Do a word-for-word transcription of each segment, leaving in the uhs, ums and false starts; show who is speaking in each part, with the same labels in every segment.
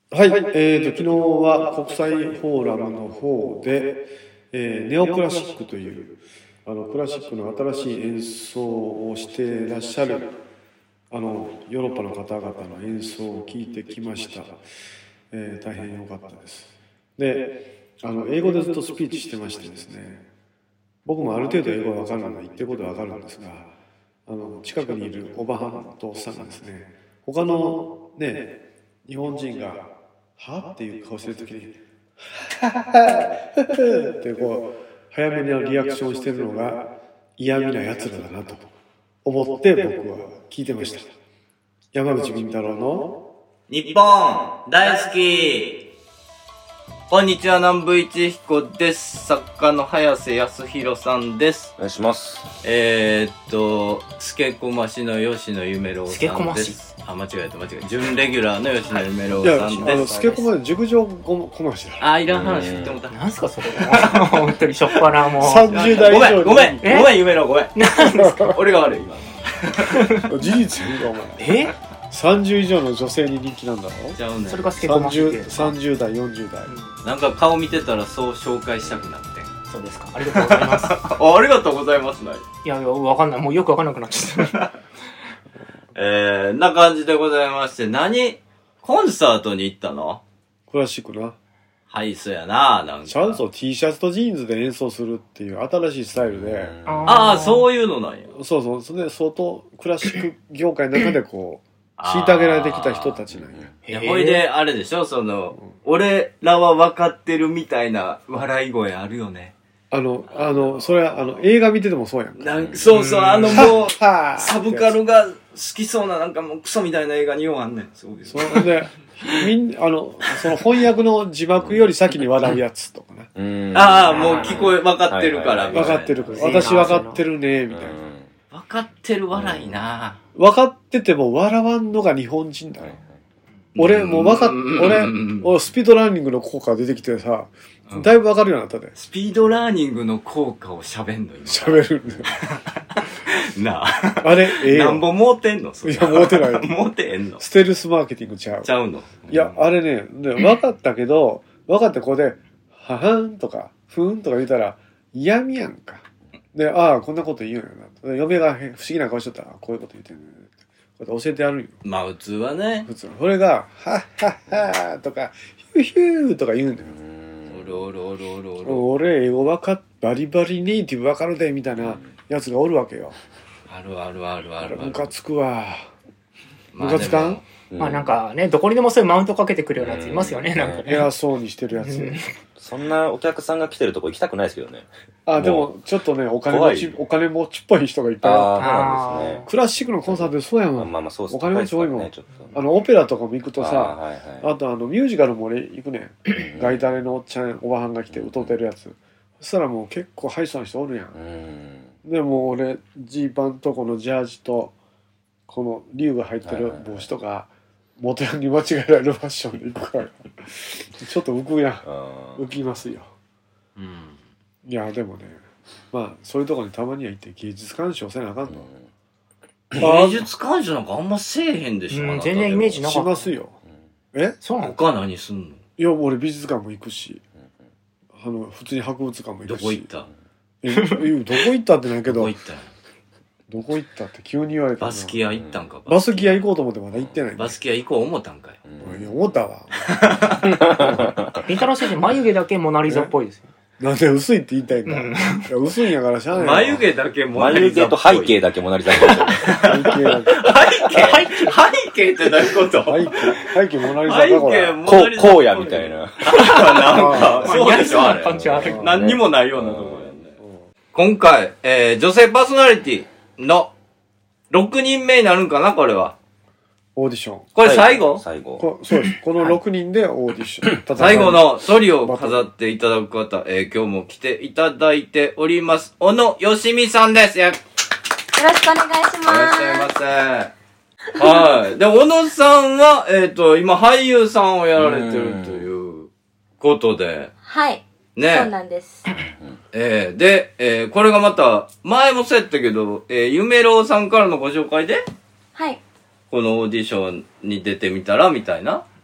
Speaker 1: はい、えーと、昨日は国際フォーラムの方で、えーネオクラシックというあのクラシックの新しい演奏をしていらっしゃるあのヨーロッパの方々の演奏を聞いてきました。えー大変良かったです。で、あの英語でずっとスピーチしてましてですね、僕もある程度英語が分かるので言ってることは分かるんですが、あの近くにいるおばはんとおっさんがですね、他のね日本人がはっていう顔してるときにはははってこう早めにリアクションしてるのが嫌味なやつらだなと思って僕は聞いてました。山口敏太郎の
Speaker 2: 日本大好き。こんにちは、南部一彦です。作家の早瀬康弘さんです。
Speaker 3: お願いします。
Speaker 2: えー、っとスケコマシの吉野夢郎さんです。スケコマシ、あ、間違えた間違えた。準レギュラーの吉野夢郎さんです。
Speaker 1: いや、あのスケコマで熟女コマシだ。
Speaker 2: あ、いらん話言ってもた。
Speaker 4: なんすかそれ。本当にしょっぱなもう。
Speaker 1: さんじゅう代以上
Speaker 2: ごめんごめんごめん夢郎ごめん。なんですか。俺が悪い今。
Speaker 1: 事実やんかお前。え？さんじゅう以上の女性に人気なんだろ。
Speaker 2: ちゃうね。
Speaker 4: それがスケコマシって。
Speaker 1: さんじゅう代よんじゅう代、うん、
Speaker 2: なんか顔見てたらそう紹介したくなって。
Speaker 4: そうですか。ありがとうございます。
Speaker 2: あ, ありがとうございますない。
Speaker 4: いやいやわかんない。もうよくわかんなくなっちゃった。
Speaker 2: えー、な感じでございまして、何コンサートに行ったの？
Speaker 1: クラシックな。
Speaker 2: はい、そうやな、なんか。
Speaker 1: ちゃんと T シャツとジーンズで演奏するっていう新しいスタイルで。
Speaker 2: ああ、そういうのなんや。
Speaker 1: そうそう。それで相当クラシック業界の中でこう、虐げられてきた人たちなんや。
Speaker 2: いや、ほいで、あれでしょ、その、うん、俺らは分かってるみたいな笑い声あるよね。
Speaker 1: あの、あの、それは、あの、映画見ててもそうやんか。
Speaker 2: なんそうそう、あのもう、サブカルが好きそうな、なんかもうクソみたいな映画にようあんねん。そういう。
Speaker 1: それで、みんあの、その翻訳の字幕より先に笑うやつとかね。
Speaker 2: うん、ああ、もう聞こえ、分かってるから。
Speaker 1: 分かってるから。私分かってるね、みたいな。
Speaker 2: 分かってる笑いな。
Speaker 1: 分かってても笑わんのが日本人だよ。俺、もう分かっ、俺、俺、スピードラーニングの効果が出てきてさ、だいぶ分かるようになったで。
Speaker 2: スピードラーニングの効果を喋んの今。
Speaker 1: 喋るんだよ。
Speaker 2: なあ。
Speaker 1: あれ、ええよ。
Speaker 2: なんぼ儲てんの？
Speaker 1: いや、儲てない。
Speaker 2: 儲てんの？
Speaker 1: ステルスマーケティングちゃう。
Speaker 2: ちゃうの？
Speaker 1: いや、あれね、ね分かったけど、分かってここで、ははんとか、ふんとか言ったら、嫌味やんか。で、ああ、こんなこと言うんやな。嫁が不思議な顔しとったら、こういうこと言ってるね。こうやって教えてやるんよ。
Speaker 2: まあ、普通はね。
Speaker 1: 普通。それが、はっはっはとか、ヒューヒューとか言うんだよ。
Speaker 2: おろおろおろおろお
Speaker 1: ろ。俺、英語分かっ、バリバリネイティブ分かるで、みたいなやつがおるわけよ。
Speaker 2: あるあるあるある。
Speaker 1: ムカつくわ。ムカつかん？
Speaker 4: まあなんかね、どこにでもそういうマウントかけてくるようなやついますよね、なんかね。
Speaker 1: 偉そうにしてるやつ。
Speaker 3: そんなお客さんが来てるとこ行きたくないですけどね。
Speaker 1: あ、でも、ちょっとね、お金持ち、お金持ちっぽい人がいっぱい
Speaker 3: あってね。
Speaker 1: クラシックのコンサートでそうやもん。
Speaker 3: まあまあそうっすね。
Speaker 1: お金持ち多いもん。あの、オペラとかも行くとさ、あとあの、ミュージカルも俺行くねん。ガイタレのおっちゃん、おばはんが来て歌ってるやつ。そしたらもう結構ハイソな人おるやん。でも俺、ジーパンとこのジャージと、この竜が入ってる帽子とか、元ヤンに間違えられるファッションで行くから。ちょっと浮くやん。浮きますよ。うん、いや、でもね、まあ、そういうとこにたまには行って芸術鑑賞せなあかんと。
Speaker 2: 芸術鑑賞なんかあんませえへんでしょ、うん、
Speaker 4: 全然イメージなかった。
Speaker 1: しますよ。え？
Speaker 4: そうなの？
Speaker 2: 他何すんの？
Speaker 1: いや、俺美術館も行くし、あの、普通に博物館も行くし。
Speaker 2: どこ行った？
Speaker 1: え、どこ行ったってないけど。
Speaker 2: どこ行った
Speaker 1: どこ行ったって急に言われた
Speaker 2: バスキア行ったんか。
Speaker 1: バスキア行こうと思ってまだ行ってない。
Speaker 2: バスキア行こう思ったんかい。
Speaker 1: いや、思ったわ。
Speaker 4: りんたろー先生、眉毛だけモナリザっぽいですよ。
Speaker 1: なんで薄いって言いたいんだ。いや、薄いんやからしゃあない。
Speaker 2: 眉毛だけモナリザ。
Speaker 3: 眉毛と背景だけモナリザっぽい。
Speaker 1: 背景だけ。
Speaker 2: 背景背景ってどういうこと？
Speaker 1: 背景、背景モナリザだこれ。
Speaker 3: こう、こうやみたいな。
Speaker 2: なんか、そうでしょあれ。
Speaker 4: 感じある。
Speaker 2: 何にもないようなところやね。今回、えー、女性パーソナリティのろくにんめになるんかなこれは。
Speaker 1: オーディション。
Speaker 2: これ最後？
Speaker 3: 最後。
Speaker 1: こそうです。このろくにんでオーディション。
Speaker 2: 最後のトリを飾っていただく方、えー、今日も来ていただいております。小野よしみさんです。よろし
Speaker 5: くお願いします。い
Speaker 2: らっしゃいませ。はい。で、小野さんは、えっと、今俳優さんをやられてるということで。
Speaker 5: はい。
Speaker 2: ね。
Speaker 5: そうなんです。
Speaker 2: えー、で、えー、これがまた、前もそうやったけど、えー、夢郎さんからのご紹介で、
Speaker 5: はい。
Speaker 2: このオーディションに出てみたら、みたいな。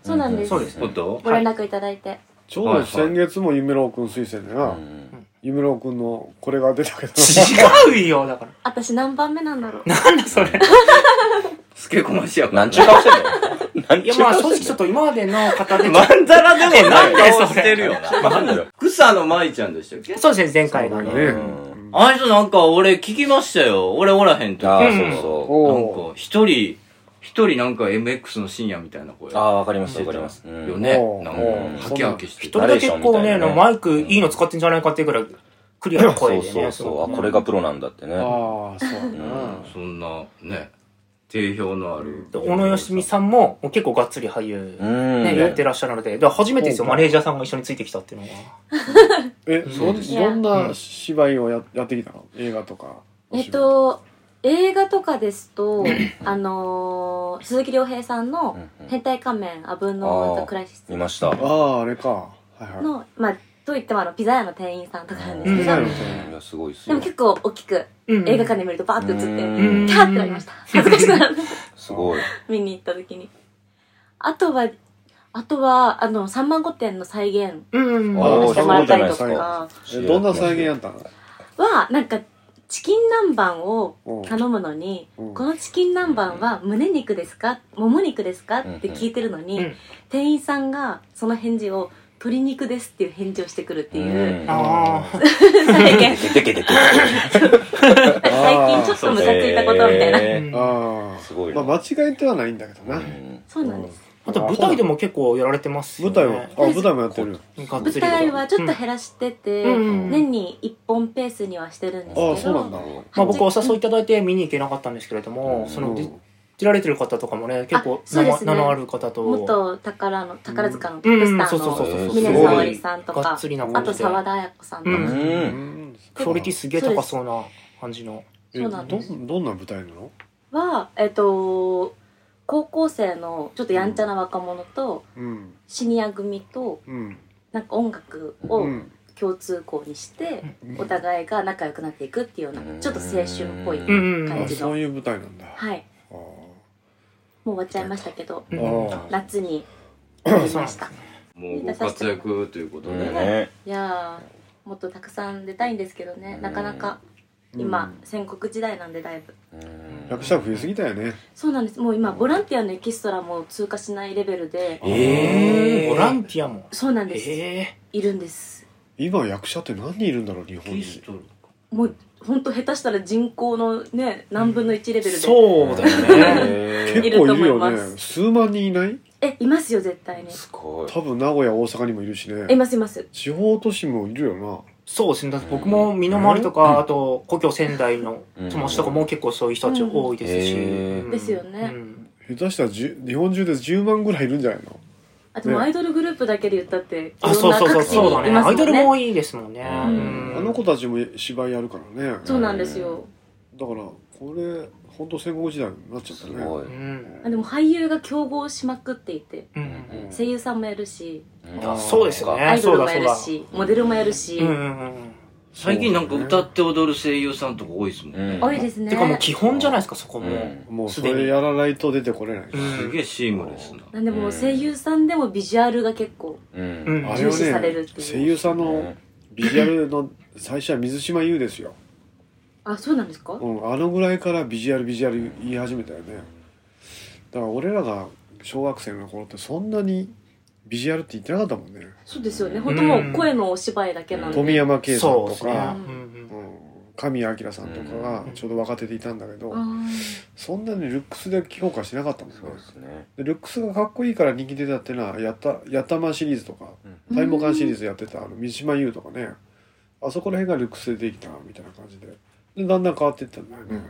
Speaker 5: そうなんです。
Speaker 4: そうですね。
Speaker 2: こと
Speaker 5: ご連絡いただいて。
Speaker 1: ちょうど先月も夢郎くん推薦でな、夢郎くんのこれが出たけど
Speaker 4: 違うよ、だから。
Speaker 5: 私何番目なんだろう。
Speaker 4: なんだそれ。
Speaker 2: つけこましやから。
Speaker 3: なんちゅう顔してんのなん
Speaker 4: いや、まあ正直ちょっと今までの方で。
Speaker 2: まんざらでもない顔してるよな。
Speaker 3: なんだよ。
Speaker 2: 草野舞ちゃんでしたっけ？
Speaker 4: そうですね、前回のね。
Speaker 1: ね
Speaker 2: あの人なんか俺聞きましたよ。俺おらへんと。
Speaker 3: ああ、
Speaker 2: なん
Speaker 3: そうそ
Speaker 1: お
Speaker 2: か一人、一人なんか エムエックス の深夜みたいな声。
Speaker 3: う。ああ、わかりますわかります。うん
Speaker 2: よね
Speaker 1: お。
Speaker 2: なんか、
Speaker 3: うん
Speaker 2: ハキハキして
Speaker 4: 一人だけこうね、
Speaker 3: ナレーションみたいなね
Speaker 4: マイクいいの使ってんじゃないかっていうぐらいクリアな声でね。
Speaker 3: そうそうそう。あ、
Speaker 4: すごく
Speaker 3: これがプロなんだってね。
Speaker 1: ああそうだな、
Speaker 2: そんな、ね、定評のある。
Speaker 4: で小野よしみさんももう結構がっつり俳優、
Speaker 3: うん。
Speaker 4: ね、やってらっしゃるので、だから初めてですよ、
Speaker 1: そう
Speaker 4: マネージャーさんが一緒についてきたっていうのが。
Speaker 1: えどどんな芝居をややってきたの？映画とか。
Speaker 5: えっと、映画とかですと、あのー、鈴木亮平さんの変態仮面アブノーザクライシス
Speaker 3: 見ました。
Speaker 1: あああれか。はいはい。
Speaker 5: の、まあ、といってもあの、ピザ屋の店員さんとかなんです
Speaker 4: うん
Speaker 5: けど、
Speaker 1: ピザ屋の
Speaker 3: い
Speaker 1: 店
Speaker 3: や、すごいっすよ
Speaker 5: でも。結構大きく
Speaker 4: うん
Speaker 5: 映画館で見るとバーって映って、
Speaker 3: うん
Speaker 5: キャーってなりました。恥ずかしくなる。
Speaker 3: すごい。
Speaker 5: 見に行った時に。あとは、あとは、あの、さんまんご店の再現
Speaker 4: うん。
Speaker 3: あー
Speaker 5: をしてもらったりと
Speaker 1: そうじゃ
Speaker 5: か
Speaker 1: えどんな再現やったの？
Speaker 5: は、なんか、チキン南蛮を
Speaker 1: うん
Speaker 5: 頼むのに、
Speaker 1: うん
Speaker 5: このチキン南蛮は胸肉ですかもも肉ですかって聞いてるのに、
Speaker 4: うん
Speaker 5: 店員さんがその返事を鶏肉ですっていう返事をしてくるっていう、
Speaker 3: うん
Speaker 4: ああ。
Speaker 5: 再現。
Speaker 3: でけでけ。
Speaker 5: 最近ちょっとムカついたことみたいな。
Speaker 3: えー
Speaker 1: ああ
Speaker 3: すごいな。
Speaker 1: まあ間違いではないんだけどな。
Speaker 3: うん
Speaker 5: そうなんです。
Speaker 4: あと舞台でも結構やられてますよね。
Speaker 1: 舞台はあ舞台もやってる。
Speaker 5: 舞
Speaker 4: がっつり
Speaker 5: 台はちょっと減らしてて、
Speaker 4: うん
Speaker 5: 年にいっぽんペースにはしてるんですけど、
Speaker 1: ああそうなんだ。
Speaker 4: まあ僕お誘いいただいて見に行けなかったんですけれども、その
Speaker 1: うん
Speaker 4: 出出られてる方とかもね、結構
Speaker 5: あそうですね
Speaker 4: 名のある方と。
Speaker 5: 元宝の宝塚のトップスタ
Speaker 4: そうそうそう
Speaker 5: ーの
Speaker 4: そう。
Speaker 5: 峰沙織さんとか
Speaker 4: がっつりな
Speaker 5: あ
Speaker 4: 感じで。
Speaker 5: と沢田彩子さんとか、
Speaker 4: うん
Speaker 1: うん
Speaker 4: クオリティすげえ高そうな感じの。
Speaker 1: え
Speaker 5: そうなんです
Speaker 1: どどんな舞台なの？
Speaker 5: はえっと高校生のちょっとやんちゃな若者と
Speaker 1: うん
Speaker 5: シニア組と
Speaker 1: うん
Speaker 5: なんか音楽を
Speaker 1: うん
Speaker 5: 共通項にして
Speaker 1: うん
Speaker 5: お互いが仲良くなっていくっていうようなちょっと青春っぽい
Speaker 4: うん
Speaker 1: あ
Speaker 5: 感じの、
Speaker 1: そういう舞台なんだ。
Speaker 5: はい
Speaker 1: あ
Speaker 5: もう終わっちゃいましたけど
Speaker 4: うん
Speaker 1: ああ
Speaker 5: 夏にやりました
Speaker 2: もうご活躍ということで。
Speaker 3: ね。
Speaker 5: いやーもっとたくさん出たいんですけどねなかなか今戦国時代なんでだいぶ
Speaker 3: うん
Speaker 1: 役者増えすぎたよね。
Speaker 5: そうなんですもう今ボランティアのエキストラも通過しないレベルで
Speaker 4: えー、ボランティアも。
Speaker 5: そうなんです、
Speaker 4: え
Speaker 5: いるんです
Speaker 1: 今役者って何人いるんだろう日本に。
Speaker 5: もうほんと下手したら人口のね何分のいちレベ
Speaker 4: ー、
Speaker 5: ルで、
Speaker 4: そうだよね。
Speaker 3: え
Speaker 1: 結構いるよ
Speaker 5: いると思い
Speaker 1: ね
Speaker 5: ます。
Speaker 1: 数万人いない？
Speaker 5: えいますよ絶対に
Speaker 3: ー、すごい。
Speaker 1: 多分名古屋大阪にもいるし
Speaker 5: い
Speaker 1: ね。
Speaker 5: ますいます
Speaker 1: 地方都市もいるよな。
Speaker 4: そうですね。だって僕も身の回りとか、あと故郷仙台の友達とかも結構そういう人たち多いですし。
Speaker 3: うん
Speaker 4: うん
Speaker 5: ですよね
Speaker 4: うん
Speaker 1: 下手したらじゅ日本中でじゅうまんぐらいいるんじゃないの？
Speaker 5: あともうアイドルグループだけで言ったってい
Speaker 4: あ、
Speaker 5: ろんな
Speaker 4: そうそうそう、
Speaker 5: 各地
Speaker 4: そうだね。
Speaker 5: にいますもんね
Speaker 4: アイドルも多いですもんね。
Speaker 3: うん
Speaker 1: あの子たちも芝居やるからね。
Speaker 5: そうなんですよ
Speaker 1: だからこれ本当戦国時代になっちゃったね。
Speaker 3: すごい。
Speaker 4: うん。
Speaker 5: あでも俳優が競合しまくっていて
Speaker 4: うん。
Speaker 5: 声優さんもやるし
Speaker 4: あ、そうですよね。
Speaker 5: アイドルもやる
Speaker 4: そう
Speaker 5: しモデルもやるし、
Speaker 4: だそうだ。うんうんうん。
Speaker 2: 最近なんか歌って踊る声優さんとか多いですもん。
Speaker 3: うん
Speaker 5: 多いですね
Speaker 4: てかもう基本じゃないですか、そこも。
Speaker 3: うん
Speaker 1: もうそ
Speaker 4: すでに
Speaker 1: れやらないと出てこれない。
Speaker 4: うん
Speaker 2: すげえシームレスな。
Speaker 5: なんでもう声優さんでもビジュアルが結構
Speaker 3: うん。
Speaker 4: うん
Speaker 1: あれは
Speaker 5: 重視される
Speaker 1: ね
Speaker 5: っていう
Speaker 1: 声優さんのビジュアルの最初は水島優ですよ。
Speaker 5: あそうなんですか、
Speaker 1: うん、あのぐらいからビジュアルビジュアル言い始めたよね。だから俺らが小学生の頃ってそんなにビジュアルって言ってなかったもんね。
Speaker 5: そうですよね本当もう声のお芝居だけなんで、
Speaker 1: 富山圭さんと
Speaker 4: そうですね。
Speaker 1: か、
Speaker 4: うん
Speaker 1: うん、神谷明さんとかがちょうど若手でいたんだけど、
Speaker 5: あー
Speaker 1: そんなにルックスで評価しなかったもんね。
Speaker 3: そうですね。
Speaker 1: でルックスがかっこいいから人気出たっていうのはやったやったまんシリーズとかタイムカンシリーズやってたあの水島優とかね、あそこら辺がルックスでできたみたいな感じで、でだんだん変わっていったんだよね、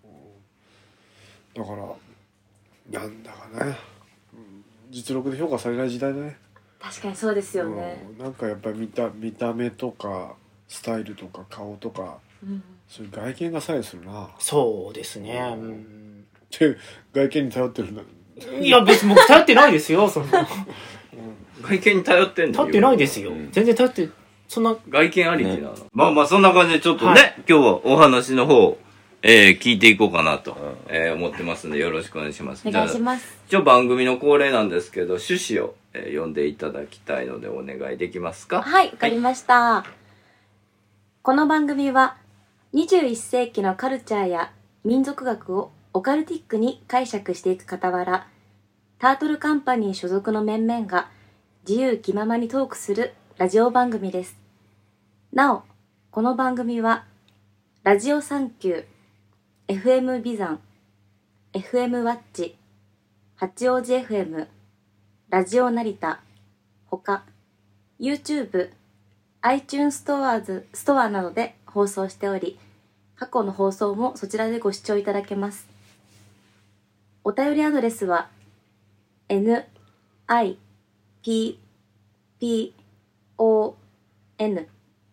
Speaker 1: だからなんだかね、うん実力で評価されない時代だね。
Speaker 5: 確かにそうですよね、
Speaker 1: うん、なんかやっぱり見た見た目とかスタイルとか顔とか
Speaker 5: うん
Speaker 1: そういう外見が左右するな。
Speaker 4: そうですね。うん
Speaker 1: で外見に頼ってるんだ。
Speaker 4: いや、別に僕頼ってないですよ、そんな。
Speaker 2: 外見に頼ってんの？
Speaker 4: 頼ってないですよ。全然頼って、そんな、
Speaker 2: 外見ありきなの。まあまあそんな感じでちょっとね、今日はお話の方えー、聞いていこうかなと、
Speaker 3: うん
Speaker 2: えー、思ってますんで、よろしくお願いします。
Speaker 5: お願いします。
Speaker 2: じゃあ、一応番組の恒例なんですけど、趣旨を、えー、読んでいただきたいのでお願いできますか？
Speaker 5: はい、わかりました、はい。この番組は、にじゅういっせいきのカルチャーや民族学をオカルティックに解釈していく傍ら、タートルカンパニー所属の面々が自由気ままにトークするラジオ番組です。なお、この番組は、ラジオサンキュー、エフエム ビザン、エフエム ワッチ、八王子 エフエム、ラジオ成田、ほか、YouTube、iTunes ストアズ、ストアなどで放送しており、過去の放送もそちらでご視聴いただけます。お便りアドレスは、n i p p o n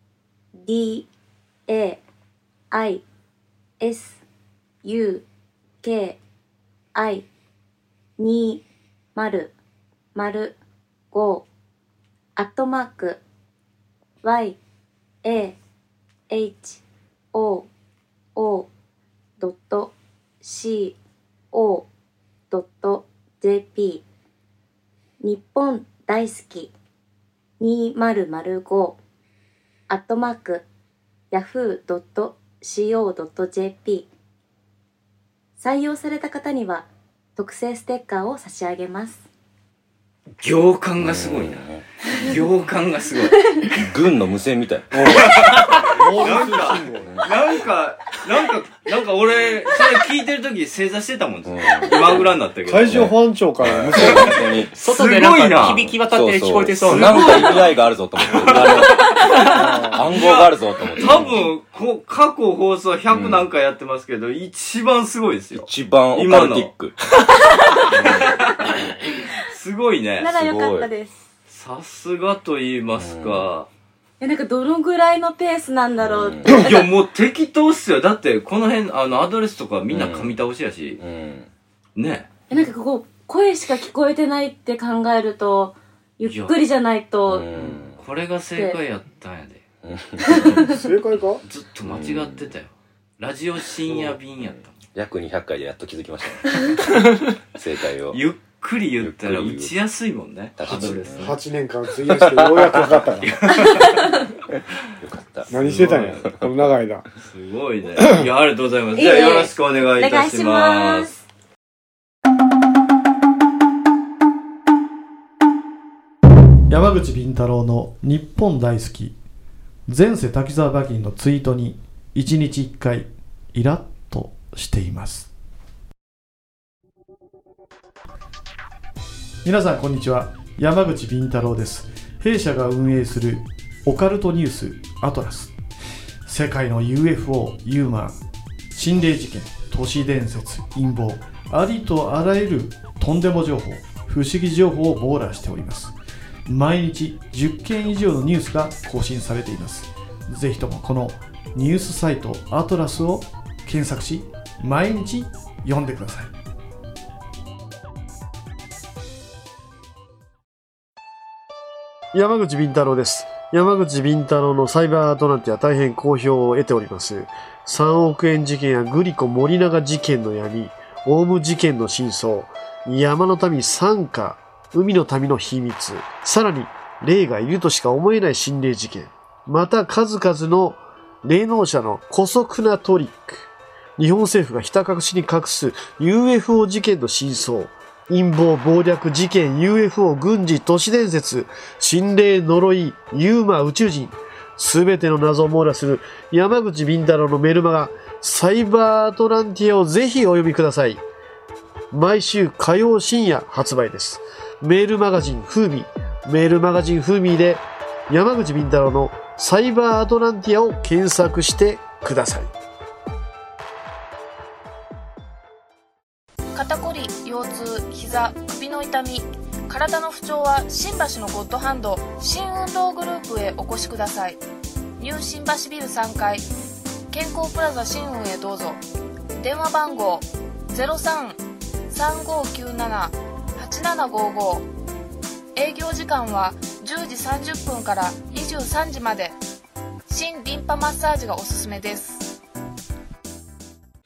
Speaker 5: d a i s u k i にまるまるごアットマーク y a h o o ドット c o ドット j p 日本大好きにまるまるごアットマーク ヤフー ドット シーオー ドット ジェーピー 採用された方には特製ステッカーを差し上げます。
Speaker 2: 行間がすごいな。行間がすごい。
Speaker 3: 軍の無線みたい。
Speaker 2: なんか、なんか、なんか、なんか俺、それ聞いてるとき正座してたもん。今ぐらいになったけど。
Speaker 1: 海上保安庁から無線
Speaker 3: に。
Speaker 4: 外でなんか響き渡って聞こえてそう
Speaker 3: な。なんか意味合いがあるぞと思って。暗号があるぞと思って。
Speaker 2: 多分、こ過去放送ひゃく何回やってますけど、一番すごいですよ。
Speaker 3: 一番オカルティック。
Speaker 2: すごいね。
Speaker 5: ならよかったです。
Speaker 2: さすがと言いますか。
Speaker 5: いや、なんかどのぐらいのペースなんだろうって。
Speaker 2: いや、もう適当っすよ。だって、この辺、あの、アドレスとかみんな噛み倒しやし。
Speaker 3: うん
Speaker 2: うん、ね。
Speaker 5: なんかここ、声しか聞こえてないって考えると、ゆっくりじゃないと。
Speaker 2: これが正解やったんやで。
Speaker 1: 正解か？
Speaker 2: ずっと間違ってたよ。ラジオ深夜便やったもん。
Speaker 3: 約にひゃっかいでやっと気づきましたね。正解を。
Speaker 2: ゆっくり言ったら打ちやすいもんね。
Speaker 3: アドレス。
Speaker 1: はちねんかん費やしてようやく分かったから。
Speaker 3: よかった。
Speaker 1: 何してたんや、この長い間。
Speaker 2: すごいね。いや、ありがとうございます。じゃあよろしくお願いいたします。
Speaker 6: 山口敏太郎の日本大好き。前世滝沢馬琴のツイートにいちにちいっかいイラッとしています。皆さんこんにちは、山口敏太郎です。弊社が運営するオカルトニュースアトラス、世界の ユーエフオー、ユーマン、心霊事件、都市伝説、陰謀、ありとあらゆるとんでも情報、不思議情報を網羅しております。毎日じゅっけん以上のニュースが更新されています。ぜひともこのニュースサイトアトラスを検索し、毎日読んでください。
Speaker 1: 山口敏太郎です。山口敏太郎のサイバーアトランティア大変好評を得ております。さんおくえん事件やグリコ森永事件の闇、オウム事件の真相、山の民惨禍、海の民の秘密、さらに霊がいるとしか思えない心霊事件、また数々の霊能者の姑息なトリック、日本政府がひた隠しに隠す ユーエフオー 事件の真相、陰謀、暴略、事件、ユーエフオー、軍事、都市伝説、心霊、呪い、ユーマ、宇宙人、すべての謎を網羅する山口敏太郎のメルマガ、サイバーアトランティアをぜひお読みください。毎週火曜深夜発売です。メールマガジンフーミー、メールマガジンフーミーで山口敏太郎のサイバーアトランティアを検索してください。
Speaker 7: 肩こり、腰痛、膝、首の痛み、体の不調は新橋のゴッドハンド新運動グループへお越しください。ニュー新橋ビルさんがい健康プラザ新運へどうぞ。電話番号 ゼロさん さんごきゅうなな はちななごご、営業時間はじゅうじさんじゅっぷんからにじゅうさんじまで。新リンパマッサージがおすすめです。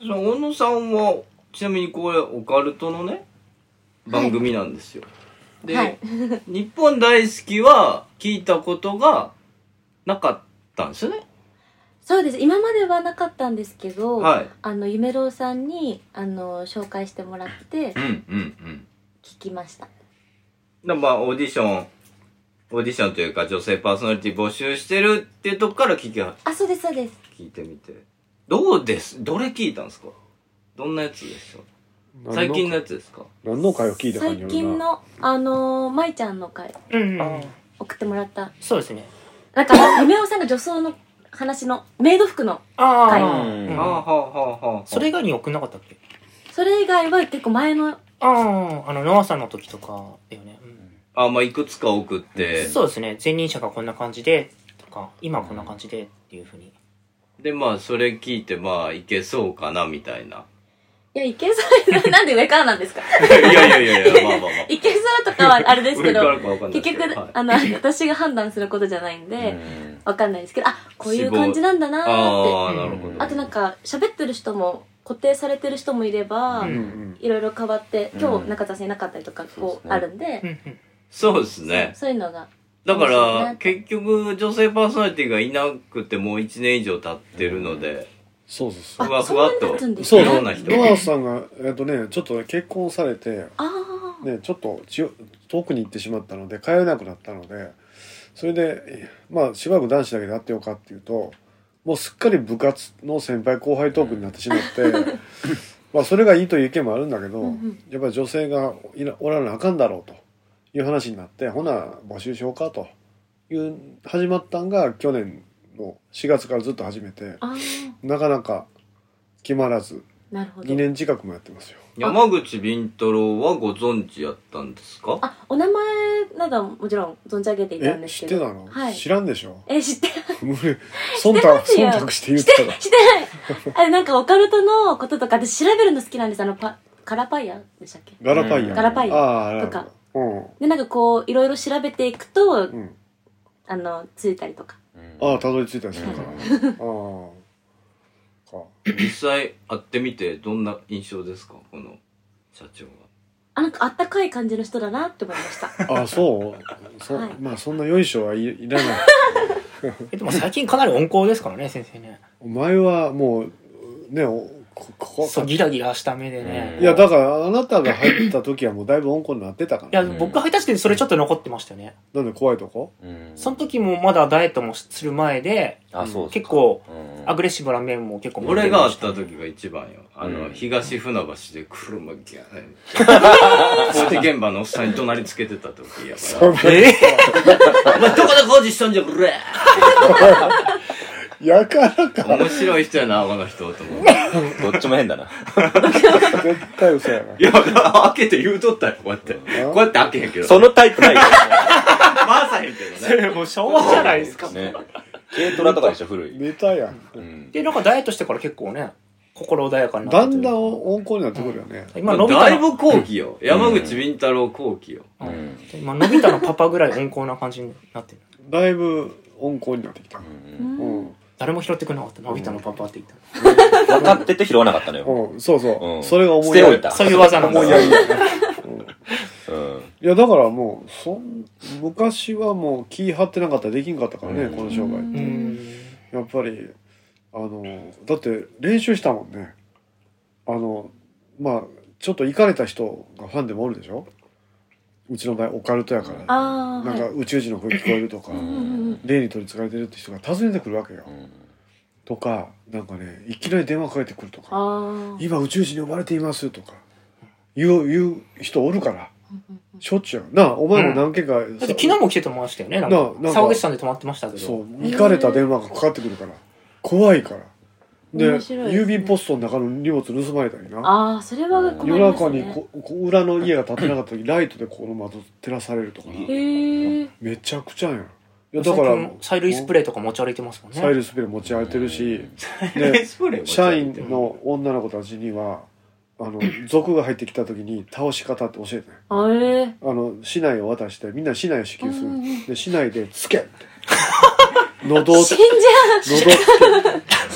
Speaker 2: その小野さんはちなみにこれオカルトのね番組なんですよ、で、
Speaker 5: はい
Speaker 2: 日本大好きは聞いたことがなかったんですよね。
Speaker 5: そうです。今まではなかったんですけど、
Speaker 2: はい。
Speaker 5: あの夢郎さんにあの紹介してもらって
Speaker 2: うんうんうん
Speaker 5: 聞きました。
Speaker 2: でまあオーディションオーディションというか女性パーソナリティ募集してるっていうとこから聞きは
Speaker 5: あ、そうですそうです。
Speaker 2: 聞いてみてどうです？どれ聞いたんですか？どんなやつでしょう？最近のやつですか？
Speaker 1: 何の回を聞いたかによるな。
Speaker 5: 最近のあのー、舞ちゃんの回
Speaker 4: うんうん
Speaker 5: 送ってもらった。
Speaker 4: そうですね。
Speaker 5: なんか夢郎さんが女装の話のメイド服の
Speaker 4: あ
Speaker 5: 回。
Speaker 2: はあはあはあはあ。
Speaker 4: それ以外に送んなかったっけ？
Speaker 5: それ以外は結構前の。
Speaker 4: ああ、あのノアさんの時とかだよね。
Speaker 2: あ、まあいくつか送って。
Speaker 4: そうですね。前任者がこんな感じでとか、今はこんな感じでっていうふうに。
Speaker 2: でまあそれ聞いてまあいけそうかなみたいな。
Speaker 5: いや、いけそうなんで上からなんですか？
Speaker 2: いやいやいやいや、まあまあまあ。
Speaker 5: いけそうとかはあれですけど、
Speaker 2: 上からかわかんないです
Speaker 5: 結局、
Speaker 2: けどはい
Speaker 5: あの、私が判断することじゃないんで、わかんないですけど、あ、こういう感じなんだなー
Speaker 2: ああ、
Speaker 5: って。
Speaker 2: なるほど。
Speaker 5: あとなんか、喋ってる人も、固定されてる人もいれば、
Speaker 1: うん
Speaker 5: いろいろ変わって、今日中田さんいなかったりとか、こう、あるんで、
Speaker 2: そうですね。
Speaker 5: そういうのが。
Speaker 2: だか
Speaker 5: 面白い
Speaker 2: ら、
Speaker 5: ね
Speaker 2: 結局、女性パーソナリティがいなくてもういちねん以上経ってるので、
Speaker 1: そうそうそう
Speaker 2: ふわふわっと、
Speaker 5: そんなに経つんです
Speaker 1: そう
Speaker 2: いろんな人
Speaker 1: ノアさんが、えっとね、ちょっとね結婚されて、
Speaker 5: ああ、
Speaker 1: ね、ちょっとち遠くに行ってしまったので通えなくなったので、それでまあしばらく男子だけでやってようかっていうと、もうすっかり部活の先輩後輩トークになってしまってまあそれがいいという意見もあるんだけど、
Speaker 5: うんうん
Speaker 1: やっぱり女性がいなおらなあかんだろうという話になって、ほな募集しようかという始まったんが去年のしがつからずっと始めて、
Speaker 5: あ
Speaker 1: なかなか決まらず
Speaker 5: あ、なるほど。
Speaker 1: にねん近くもやってますよ。
Speaker 2: 山口敏太郎はご存知やったんですか？
Speaker 5: あ、お名前などはもちろん存じ上げていたん
Speaker 1: え
Speaker 5: ですけど。
Speaker 1: 知ってたの、
Speaker 5: はい。
Speaker 1: 知らんでしょ。
Speaker 5: え、知って、
Speaker 1: 無理忖度忖度して言ってたら
Speaker 5: 知ってない。あれ、なんかオカルトのこととか、私調べるの好きなんです。あの、パ、カラパイヤでしたっけ？
Speaker 1: ガラパイヤ、
Speaker 5: ガラパイヤ
Speaker 1: あああれ
Speaker 5: とか
Speaker 1: うん
Speaker 5: で、なんかこう、いろいろ調べていくと、
Speaker 1: うん
Speaker 5: あの、ついたりとか。
Speaker 1: ああたどり着いたりするからねああか
Speaker 2: 実際会ってみてどんな印象ですか？この社長は。
Speaker 5: あ、なんかあったかい感じの人だなって思いました。
Speaker 1: ああそうそ、
Speaker 5: はい
Speaker 1: まあそんなよいしょはいいらない
Speaker 4: えでも最近かなり温厚ですからね、先生ね。
Speaker 1: お前はもうねおここ
Speaker 4: そう、ギラギラした目でね。
Speaker 1: いやだからあなたが入った時はもうだいぶ温厚になってたか
Speaker 4: い
Speaker 1: ら、
Speaker 4: や、僕が入った時点でそれちょっと残ってましたよね。
Speaker 1: なんで怖いとこ
Speaker 3: うん
Speaker 4: その時もまだダイエットもする前で、
Speaker 3: あ、そう
Speaker 4: 結構
Speaker 3: うん
Speaker 4: アグレッシブな面も結構持って
Speaker 2: 俺が会
Speaker 4: まし
Speaker 2: ったた時が一番よ。あの、
Speaker 3: うん
Speaker 2: 東船橋で車ギャー工事現場のおっさんに怒鳴りつけてた時やから。
Speaker 4: え
Speaker 2: お前どこで工事しとんじゃ、ブレ
Speaker 1: やからか
Speaker 2: ー面白い人やな、この人、と思って。
Speaker 3: どっちも変だな。
Speaker 1: 絶対嘘やない
Speaker 2: や、開けて言うとったよ、こうやって。こうやって開けへんけど。
Speaker 3: そのタイプないよ。
Speaker 2: 回さへんけどね。
Speaker 4: それもう昭和じゃないですか。
Speaker 3: ね。軽トラとかでしょ、古い。
Speaker 1: ネタやん
Speaker 3: うん。
Speaker 4: で、なんかダイエットしてから結構ね、心穏やかになって
Speaker 1: だんだん温厚になってくるよね、
Speaker 4: 今、のび太の、
Speaker 2: だいぶ後期よ。山口敏太郎後期よ。
Speaker 3: うん。
Speaker 4: 今、のび太のパパぐらい温厚な感じになってる。
Speaker 1: だいぶ温厚になってきた
Speaker 5: う
Speaker 1: うん
Speaker 5: ん。
Speaker 1: ん
Speaker 4: 誰も拾ってくれなかった。のび太のパパって言った
Speaker 3: 分かってて拾わなかったのよ。
Speaker 1: うん、そうそう、
Speaker 3: うん
Speaker 1: それが思い
Speaker 3: 捨ておいた
Speaker 4: の。そういう技なんだ
Speaker 1: 思いやりだね、うん
Speaker 3: うん。
Speaker 1: いやだからもうそん昔はもう気張ってなかったらできんかったからね、
Speaker 3: うん
Speaker 1: この商売
Speaker 5: うん
Speaker 4: うん。
Speaker 1: やっぱりあのだって練習したもんね。あのまあちょっと行かれた人がファンでもおるでしょ。うちの場合オカルトやから
Speaker 5: ああ、
Speaker 1: なんか
Speaker 5: はい。
Speaker 1: 宇宙人の声聞こえるとか、
Speaker 3: うん
Speaker 5: うんうん
Speaker 1: 霊に取りつかれてるって人が訪ねてくるわけよ、とかなんかねいきなり電話かけてくるとか
Speaker 5: ああ。
Speaker 1: 今宇宙人に呼ばれていますとか言う言う人おるからしょっちゅうなあお前も何件か、
Speaker 4: だって昨日も来てましたよね。なん
Speaker 1: な
Speaker 4: か
Speaker 1: あなんか
Speaker 4: 沢口さんで泊まってましたけど。
Speaker 1: そう行かれた電話がかかってくるから怖いからで
Speaker 5: 面白いですね
Speaker 1: 郵便ポストの中の荷物盗まれたりな
Speaker 5: ああ、それは困
Speaker 1: 夜
Speaker 5: りますね。
Speaker 1: 中にここ裏の家が建ってなかった時ライトでこの窓照らされるとかな
Speaker 5: へえ。
Speaker 1: めちゃくちゃやんいやだから
Speaker 4: 最近催涙スプレーとか持ち歩いてますもんね。
Speaker 1: サイルスプレー持ち歩いてるし
Speaker 2: レスプレー
Speaker 1: で社員の女の子たちにはあの族が入ってきた時に倒し方って教えて
Speaker 5: あえ。
Speaker 1: あの市内を渡してみんな市内を支給する
Speaker 5: うんうんうん
Speaker 1: で市内でつけって喉を
Speaker 5: 死んじゃう。
Speaker 1: 喉つけ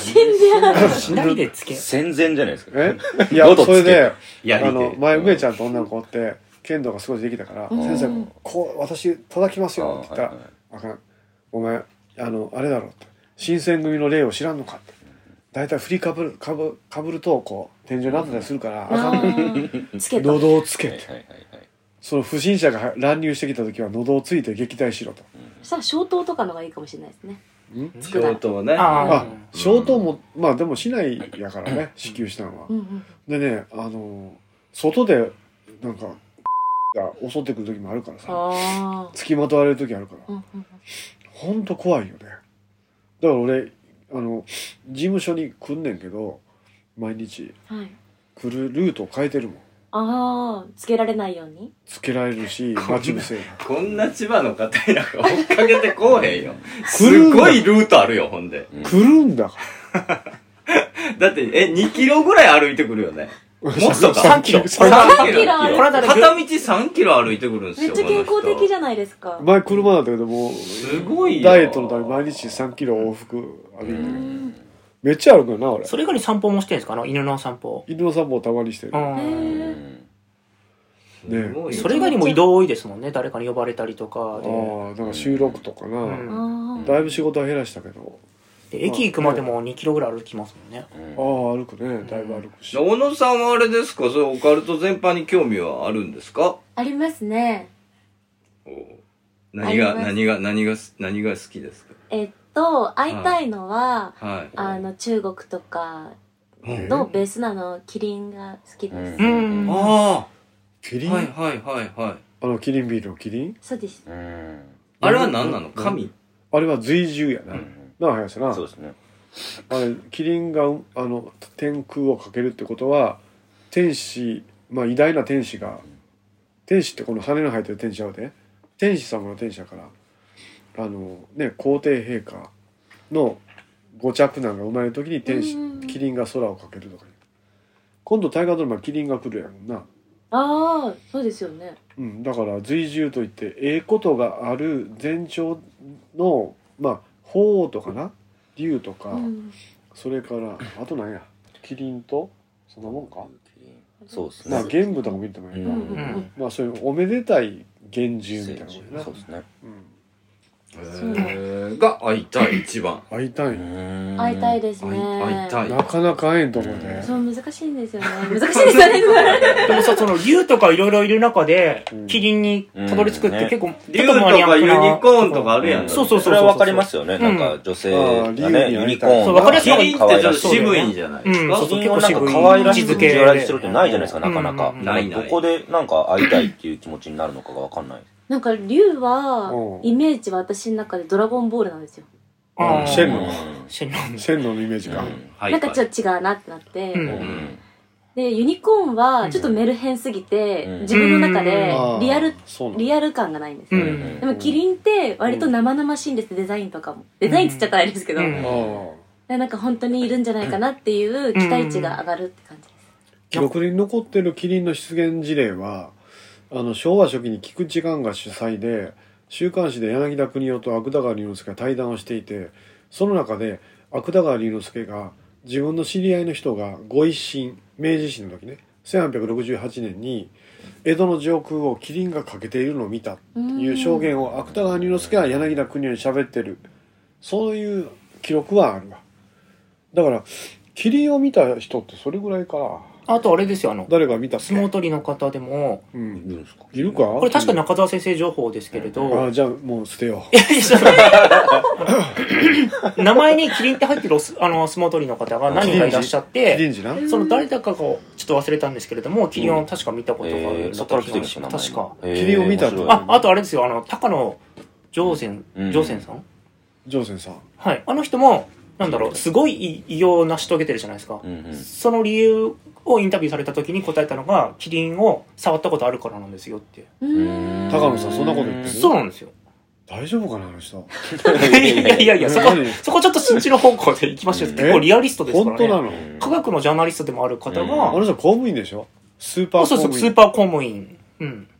Speaker 5: 死んでやる。
Speaker 4: 何でつけ
Speaker 3: 戦前じゃないですか。
Speaker 1: えいや、
Speaker 3: 喉つけ
Speaker 1: それで、
Speaker 2: やりで
Speaker 1: あの、前、梅ちゃんと女の子おって、剣道が少しできたから、先生、こう、私、叩きますよって言ったら、あかん。お前、あの、あれだろうって。新選組の例を知らんのかって。大体振りかぶる、かぶ、かぶると、こう、天井になってたりするから、あかん。
Speaker 5: つけた。
Speaker 1: 喉をつけて。
Speaker 3: はいはいはいはい。
Speaker 1: その不審者が乱入してきた時は喉をついて撃退しろと。
Speaker 5: そしたら消灯とかのがいいかもしれないですね。
Speaker 2: 仕事をね。
Speaker 4: あ
Speaker 1: あ、消灯も、まあでもしないやからね、支給したのは。
Speaker 5: うんうん。
Speaker 1: でね、あの、外で、なんか、が襲ってくる時もあるからさ、
Speaker 5: ああ。
Speaker 1: 付きまとわれる時あるから、
Speaker 5: うんうん
Speaker 1: ほんと怖いよね。だから俺、あの、事務所に来んねんけど、毎日、
Speaker 5: うん。はい。
Speaker 1: 来るルートを変えてるもん。
Speaker 5: ああ、つけられないように。
Speaker 1: つけられるし、待ち伏せが。
Speaker 2: こんな千葉の方になんか追っかけてこうへんよ。す
Speaker 1: 来るんだ
Speaker 2: ごいルートあるよ、ほんで。
Speaker 1: 来るんだか
Speaker 2: だって、え、にキロぐらい歩いてくるよね。もっとか。
Speaker 4: さんキロ。
Speaker 1: さん
Speaker 5: さんキロある
Speaker 4: この間で
Speaker 2: 片道さんキロ歩いてくるんですよ。
Speaker 5: めっちゃ健康的じ
Speaker 2: ゃ
Speaker 5: ゃないですか。
Speaker 1: 前車だったけどもう、
Speaker 2: すごいよ。
Speaker 1: ダイエットのために毎日さんキロ往復歩いてる。めっちゃ歩くよな、俺。
Speaker 4: それ以外に散歩もしてるんですか？あの犬の散歩。
Speaker 1: 犬の散歩をたまにしてる。
Speaker 4: う
Speaker 5: へ
Speaker 4: ん。
Speaker 1: ね
Speaker 2: すごいよ
Speaker 4: それ以外にも移動多いですもんね。誰かに呼ばれたりとか
Speaker 1: ああ、
Speaker 4: で。
Speaker 1: なんか収録とかな。
Speaker 4: うん
Speaker 5: ああ。
Speaker 1: だいぶ仕事は減らしたけど。
Speaker 4: で駅行くまでもにキロぐらい歩きますもんね。
Speaker 1: ああ、歩くね。だいぶ歩くし。
Speaker 2: 小野さんはあれですか、そういうオカルト全般に興味はあるんですか？
Speaker 5: ありますね。
Speaker 2: お何が、
Speaker 5: あります
Speaker 2: 何が、何が、何が好きですか？
Speaker 5: えっと、会いたいのは、
Speaker 2: はい。
Speaker 5: あの、中国とかのベースなの、キリンが好きです。
Speaker 4: うん。
Speaker 2: ああ、
Speaker 1: キリン、
Speaker 2: はいはいはいはい。
Speaker 1: あの、キリンビールのキリン
Speaker 5: そうです。
Speaker 3: うん。
Speaker 2: あれは何なの？神？
Speaker 1: あれは随獣やな。なあ、林な。
Speaker 3: そうですね。
Speaker 1: あれ、キリンが、あの、天空をかけるってことは、天使、まあ偉大な天使が、天使ってこの羽の生えてる天使ちゃうで、天使様の天使だから、あの、ね、皇帝陛下のご嫡男が生まれる時に天使
Speaker 5: うん、
Speaker 1: キリンが空をかけるとかいう。今度大河ドラマキリンが来るやもんな。
Speaker 5: ああ、そうですよね。
Speaker 1: うん、だから随獣といってええことがある前兆のまあ鳳凰とかな竜とか、
Speaker 5: うん。
Speaker 1: それからあとなんやキリンとそんなもんか、
Speaker 3: そうですね。
Speaker 1: まあ玄武とか見てもいいな、
Speaker 5: うん
Speaker 4: うん
Speaker 1: まあそういうおめでたい幻獣みたいなもんやな、
Speaker 3: そうですね。
Speaker 2: えー、が会いたい一番。
Speaker 1: 会いたい、
Speaker 5: 会いたいですね。
Speaker 2: 会い会いたい。
Speaker 1: なかなか会えんと思うね、
Speaker 5: そう、難しいんですよね。難しいですよね。
Speaker 4: でもさ、その竜とかいろいろいる中で
Speaker 1: うん、
Speaker 4: キリンにたどり着くって結構、
Speaker 2: 竜とかユニコーンとかあるやん。
Speaker 4: そうそうそう。
Speaker 3: それはわかりますよね。なんか女性がね、ユニコーン
Speaker 4: そうわかりやすい
Speaker 2: キリンってちょっと渋いんじゃないですか？
Speaker 4: うんそうそう
Speaker 3: キリンはなんか可愛らしくビジュアライズするってないじゃないですか、
Speaker 4: うん
Speaker 3: なかなか。
Speaker 4: うん
Speaker 2: ないない
Speaker 3: どこでなんか会いたいっていう気持ちになるのかがわかんない。
Speaker 5: なんか、竜は
Speaker 1: う、ん
Speaker 5: イメージは私の中でドラゴンボールなんですよ。
Speaker 4: あー
Speaker 1: シェンロン
Speaker 4: シェンロン。
Speaker 1: 線路のイメージか、
Speaker 2: はい
Speaker 5: なんかちょっと違うなってなって。
Speaker 4: うん
Speaker 3: うん
Speaker 5: で、ユニコーンは、ちょっとメルヘンすぎて、
Speaker 3: うん
Speaker 5: 自分の中で
Speaker 1: あー、
Speaker 5: リアル、
Speaker 1: そうなんだ
Speaker 5: リアル感がないんですよ。
Speaker 4: うん。
Speaker 5: でも、キリンって、割と生々しいんです、デザインとかも。デザインっつっちゃったらあれですけど。
Speaker 4: うん
Speaker 1: ああ
Speaker 5: でなんか本当にいるんじゃないかなっていう期待値が上がるって感じです。
Speaker 1: 記録に残ってるキリンの出現事例はあの昭和初期に菊池寛が主催で週刊誌で柳田国男と芥川龍之介が対談をしていて、その中で芥川龍之介が自分の知り合いの人がご一新明治維新の時ねせんはっぴゃくろくじゅうはちねんに江戸の上空をキリンがかけているのを見たという証言を芥川龍之介が柳田国男に喋ってる、そういう記録はあるわ。だからキリンを見た人ってそれぐらいかな。
Speaker 4: あとあれですよ、あの、
Speaker 1: 誰が見たっけ
Speaker 4: 相撲取りの方でも、
Speaker 1: うん
Speaker 3: いるんですか？
Speaker 1: いるか
Speaker 4: これ確か中澤先生情報ですけれど、
Speaker 1: ああじゃあもう捨てよ
Speaker 4: いやいやその名前にキリンって入ってるおすあの相撲取りの方が何人かいらっしゃっ
Speaker 1: うキリ
Speaker 4: て、
Speaker 1: ンジな
Speaker 4: その誰だかがちょっと忘れたんですけれども、キリンを確か見たことがある
Speaker 3: えーそっから来てるんですか、名前
Speaker 4: 確か。
Speaker 3: えー
Speaker 1: キリンを見たと
Speaker 3: 面白い
Speaker 4: あ、あとあれですよ、あの、高野上泉、
Speaker 3: うん
Speaker 4: 上泉さん
Speaker 1: ジョーセンさん
Speaker 4: はい。あの人も、なんだろう、すごい偉業を成し遂げてるじゃないですか。
Speaker 3: うんうん
Speaker 4: その理由をインタビューされた時に答えたのが、キリンを触ったことあるからなんですよって。
Speaker 5: うーん。
Speaker 1: 高野さんそんなこと言ってる
Speaker 4: そうなんですよ。
Speaker 1: 大丈夫かなあの人
Speaker 4: いやいやいや、そこ
Speaker 1: 何、
Speaker 4: そこちょっと信じの方向で行きましょう。
Speaker 1: え
Speaker 4: 結構リアリストですからね。
Speaker 1: 本当なの
Speaker 4: 科学のジャーナリストでもある方
Speaker 3: うん
Speaker 4: が、
Speaker 1: あの人公務員でしょスーパー
Speaker 4: そうそうそう、
Speaker 1: 公務員
Speaker 4: スーパー公務員。うん。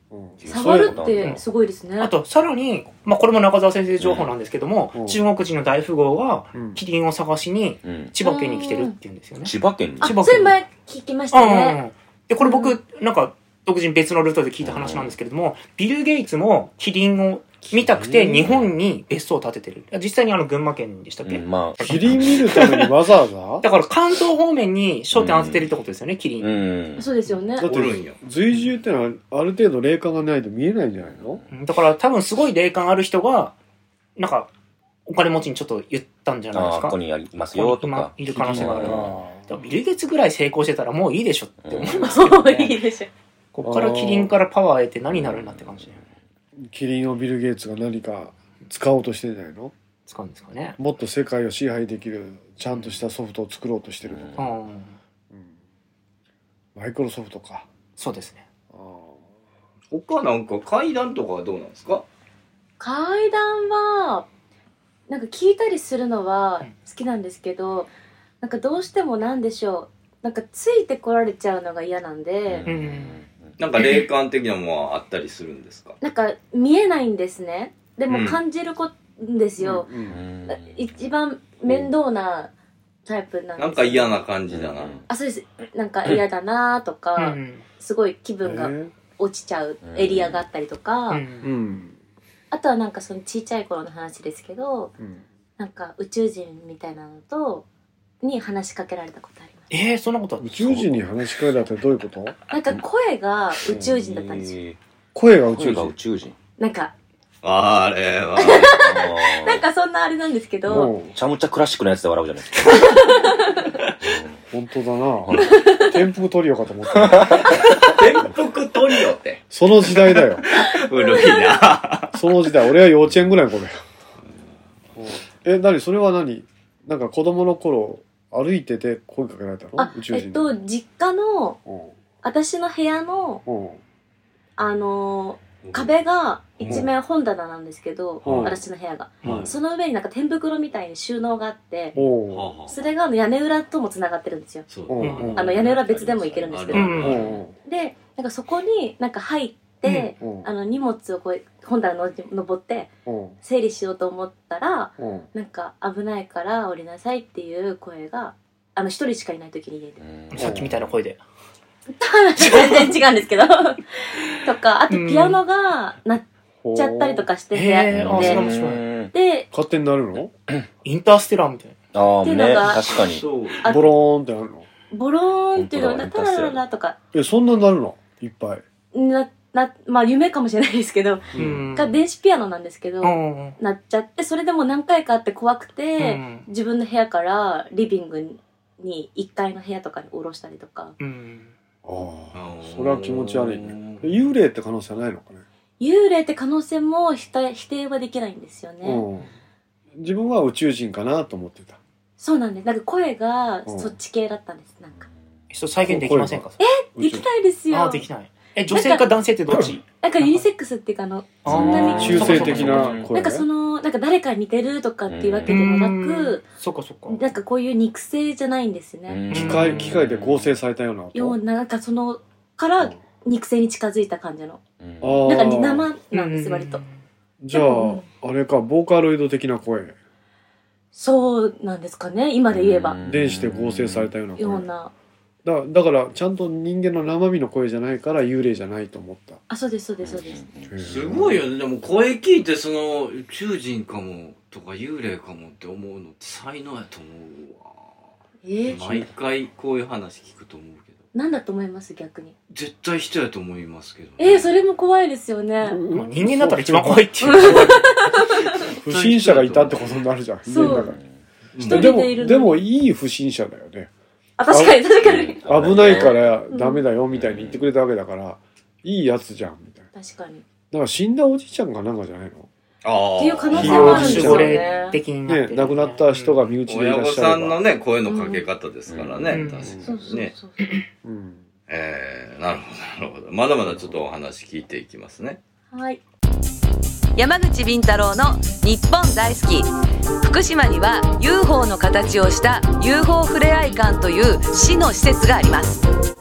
Speaker 1: うん
Speaker 5: 触るってすごいですね。
Speaker 4: あとさらに、まあ、これも中澤先生情報なんですけども、
Speaker 1: うん
Speaker 4: 中国人の大富豪が
Speaker 1: うん
Speaker 4: キリンを探しに
Speaker 3: うん
Speaker 4: 千葉県に来てるっていうんですよね。
Speaker 3: 千葉県に
Speaker 5: あ、
Speaker 4: 千葉県
Speaker 5: それ前聞きましたね。
Speaker 4: うんでこれ僕なんか独自に別のルートで聞いた話なんですけれども、ビル・ゲイツもキリンを見たくて日本に別荘を建ててる。実際にあの群馬県でしたっけ、
Speaker 3: うんまあ
Speaker 1: キリン見るためにわざわざ
Speaker 4: だから関東方面に焦点当ててるってことですよね、キリン。
Speaker 3: うん
Speaker 5: そうですよね。
Speaker 1: だって
Speaker 2: おるんや。
Speaker 1: 随獣ってのはある程度霊感がないと見えないんじゃないの？
Speaker 4: だから多分すごい霊感ある人が、なんか、お金持ちにちょっと言ったんじゃないですか。
Speaker 3: ああここにありますよとか
Speaker 4: いる可能性がある。
Speaker 3: うん
Speaker 4: だからビル・ゲイツぐらい成功してたらもういいでしょって思いますけど
Speaker 5: もういい
Speaker 4: ね。
Speaker 5: でしょ。
Speaker 4: ここからキリンからパワー得て何になるんだって感じで
Speaker 1: キリンをビル・ゲイツが何か使おうとしてんじゃないの？
Speaker 4: 使うんですかね。
Speaker 1: もっと世界を支配できるちゃんとしたソフトを作ろうとしてるとか、
Speaker 4: うん。
Speaker 1: うんマイクロソフトか。
Speaker 4: そうですね。
Speaker 1: あ
Speaker 2: 他なんか階段とかはどうなんですか？
Speaker 5: 階段は、なんか聞いたりするのは好きなんですけど、なんかどうしてもなんでしょう。なんかついてこられちゃうのが嫌なんで、
Speaker 4: う。ん。
Speaker 2: なんか霊感的なものはあったりするんですか？
Speaker 5: なんか見えないんですね。で
Speaker 2: うん
Speaker 5: も感じるこんですよ。
Speaker 1: うんうん
Speaker 5: 一番面倒なタイプなんです。
Speaker 2: なんか嫌な感じだな。
Speaker 5: あ、そうです。なんか嫌だなとか、
Speaker 4: うん。
Speaker 5: すごい気分が
Speaker 1: え
Speaker 5: 落ちちゃうエリアがあったりとか、
Speaker 4: うん
Speaker 1: ーうん
Speaker 5: あとはなんかそのちっちゃい頃の話ですけど、
Speaker 1: うん
Speaker 5: なんか宇宙人みたいなのとに話しかけられたことあります。
Speaker 4: えー、そんなことある
Speaker 1: 宇宙人に話しかけられたらどういうこと？
Speaker 5: なんか声が宇宙人だったんですよ。
Speaker 3: えー
Speaker 1: 声が宇宙
Speaker 3: 声が宇
Speaker 1: 人。
Speaker 3: 宙人
Speaker 5: なんか、
Speaker 2: あれは。
Speaker 5: なんかそんなあれなんですけど、
Speaker 1: もう
Speaker 3: めちゃむちゃクラシックなやつで笑うじゃないですか。
Speaker 1: 本当だな。転覆トリオかと思った。
Speaker 2: 転覆トリオって。
Speaker 1: その時代だよ。
Speaker 2: 古いな。
Speaker 1: その時代。俺は幼稚園ぐらいの頃よ。え、何それは何なんか子供の頃歩いてて声かけられたの？
Speaker 5: あ
Speaker 1: 宇、宙人に。
Speaker 5: えっと、実家の、
Speaker 1: うん
Speaker 5: 私の部屋の、
Speaker 1: うん
Speaker 5: あのー壁が一面本棚なんですけど、
Speaker 1: うん
Speaker 5: 私の部屋が。
Speaker 1: うん
Speaker 5: その上になんか天袋みたいに収納があって、
Speaker 1: おう
Speaker 5: それがあの屋根裏とも繋がってるんですよ。
Speaker 2: そう
Speaker 1: うんうん
Speaker 5: あの屋根裏別でも行けるんですけど。
Speaker 4: う
Speaker 1: うんん
Speaker 5: で、なんかそこになんか入って、
Speaker 1: うん
Speaker 5: あの荷物をこう本棚の登って
Speaker 1: うん
Speaker 5: 整理しようと思ったら、
Speaker 1: うん
Speaker 5: なんか危ないから降りなさいっていう声が、あの一人しかいない時に家で。
Speaker 3: うん
Speaker 4: さっきみたいな声で。
Speaker 5: 全然違うんですけど。とか、あとピアノが鳴っちゃったりとかして部屋
Speaker 4: へーあそれは面
Speaker 5: で。
Speaker 4: 白い
Speaker 3: うん
Speaker 5: で、
Speaker 1: 勝手になるの？
Speaker 4: インターステラーみたいな。
Speaker 3: ああね
Speaker 5: っていうのが
Speaker 3: 確かに
Speaker 2: そう。
Speaker 5: あ
Speaker 1: ボローンってなるの？
Speaker 5: ボローンっていうのが、
Speaker 3: 本当だ
Speaker 5: タララララとか、
Speaker 1: え、そんなになるの？いっぱい。
Speaker 5: な、な、まあ夢かもしれないですけど、
Speaker 4: うん
Speaker 5: が電子ピアノなんですけど、
Speaker 4: うん。
Speaker 5: なっちゃって、それでも何回かあって怖くて、
Speaker 4: うん
Speaker 5: 自分の部屋からリビングにいっかいの部屋とかに下ろしたりとか。
Speaker 4: うん。
Speaker 1: ああ、それは気持ち悪いね。幽霊って可能性はないのかね？
Speaker 5: 幽霊って可能性も否定否定はできないんですよね。
Speaker 1: うん。自分は宇宙人かなと思ってた。
Speaker 5: そうなんです。なんか声が
Speaker 1: うん
Speaker 5: そっち系だったんです。なんか。
Speaker 4: そう再現できませんか？
Speaker 5: できないですよ。
Speaker 4: ああ、できない。え、女性か男性ってどっち？
Speaker 5: なんかユニセックスっていうかあの、
Speaker 4: あー
Speaker 5: そんなに。
Speaker 1: 中性的な声ね。
Speaker 5: なんかその、なんか誰かに似てるとかっていうわけでもなく、
Speaker 4: そっかそっか。
Speaker 5: なんかこういう肉声じゃないんですね。
Speaker 3: うん
Speaker 1: 機械、機械で合成されたような音。
Speaker 5: ような、なんかその、から肉声に近づいた感じの。
Speaker 3: うん
Speaker 1: あー
Speaker 5: なんか生なんです、割と。
Speaker 1: じゃあ、あれか、ボーカロイド的な声。
Speaker 5: そうなんですかね、今で言えば。
Speaker 3: うん
Speaker 1: 電子で合成されたような声。
Speaker 5: ような。
Speaker 1: だだから、ちゃんと人間の生身の声じゃないから幽霊じゃないと思った。
Speaker 5: あ、そうです、そうです、そうです。
Speaker 2: すごいよね。でも声聞いてその宇宙人かもとか幽霊かもって思うのって才能やと思うわ。
Speaker 5: えー、
Speaker 2: 毎回こういう話聞くと思うけど。
Speaker 5: なんだと思います、逆に。
Speaker 2: 絶対人やと思いますけど、
Speaker 5: えー、それも怖いですよね。
Speaker 4: まあ人間だったら一番怖いっていう。
Speaker 1: 不審者がいたってことになるじゃん。
Speaker 5: そう
Speaker 1: 家の中に
Speaker 5: 一人
Speaker 1: でも、
Speaker 5: でいるのに
Speaker 1: でもいい不審者だよね。
Speaker 5: あ、確かに、確かに。
Speaker 1: 危ないからダメだよみたいに言ってくれたわけだから、いいやつじゃんみたいな。
Speaker 5: 確かに。
Speaker 1: だから死んだおじいちゃんかなんかじゃないの？
Speaker 2: ああ。
Speaker 5: っていう可能性もあるんですよ
Speaker 4: 守護霊
Speaker 5: ね。
Speaker 4: 的になって
Speaker 1: ね、
Speaker 4: る
Speaker 1: 亡くなった人が身内でい
Speaker 2: 親御
Speaker 1: らっしゃれば。
Speaker 2: さんのね、声のかけ方ですからね。
Speaker 4: うん
Speaker 2: 確か
Speaker 5: そうそう
Speaker 2: にね。
Speaker 5: そう。
Speaker 1: うん。
Speaker 2: えー、なるほど、なるほど。まだまだちょっとお話聞いていきますね。
Speaker 5: はい。
Speaker 8: 山口敏太郎の日本大好き。福島には ユーフォー の形をした ユーフォー ふれあい館という市の施設があります。